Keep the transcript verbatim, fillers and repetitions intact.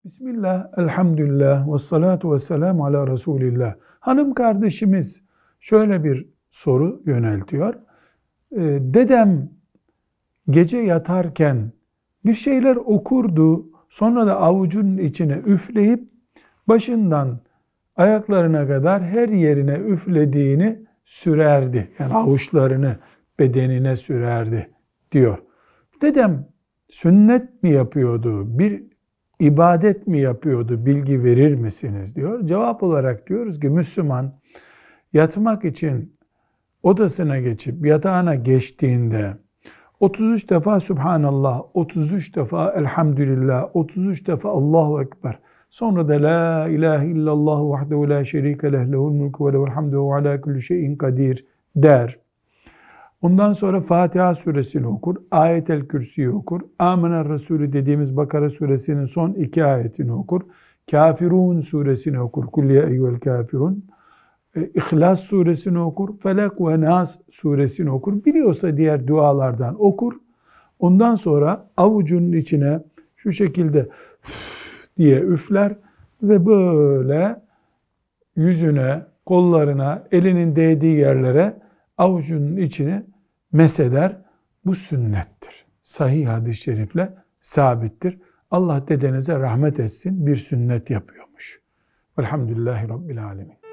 Bismillah, elhamdülillah, ve salatu ve selamu ala Resulillah. Hanım kardeşimiz şöyle bir soru yöneltiyor. Ee, Dedem gece yatarken bir şeyler okurdu, sonra da avucunun içine üfleyip başından ayaklarına kadar her yerine üflediğini sürerdi. Yani avuçlarını bedenine sürerdi diyor. Dedem sünnet mi yapıyordu, bir ibadet mi yapıyordu, bilgi verir misiniz diyor. Cevap olarak diyoruz ki Müslüman yatmak için odasına geçip yatağına geçtiğinde otuz üç defa Subhanallah, otuz üç defa Elhamdülillah, otuz üç defa Allahu Ekber. Sonra da La ilahe illallah vahdehu la şerike leh lehul mulku ve lehul hamdu ve ala kulli şeyin kadir der. Ondan sonra Fatiha suresini okur, Ayet-el Kürsi'yi okur, Amener Resulü dediğimiz Bakara suresinin son iki ayetini okur, Kafirun suresini okur, Kulliye eyyuhel kafirun, İhlas suresini okur, Felak ve Nas suresini okur, biliyorsa diğer dualardan okur. Ondan sonra avucunun içine şu şekilde diye üfler ve böyle yüzüne, kollarına, elinin değdiği yerlere avucunun içine meseder. Bu sünnettir. Sahih hadis-i şerifle sabittir. Allah dedenize rahmet etsin, bir sünnet yapıyormuş. Velhamdülillahi Rabbil alemin.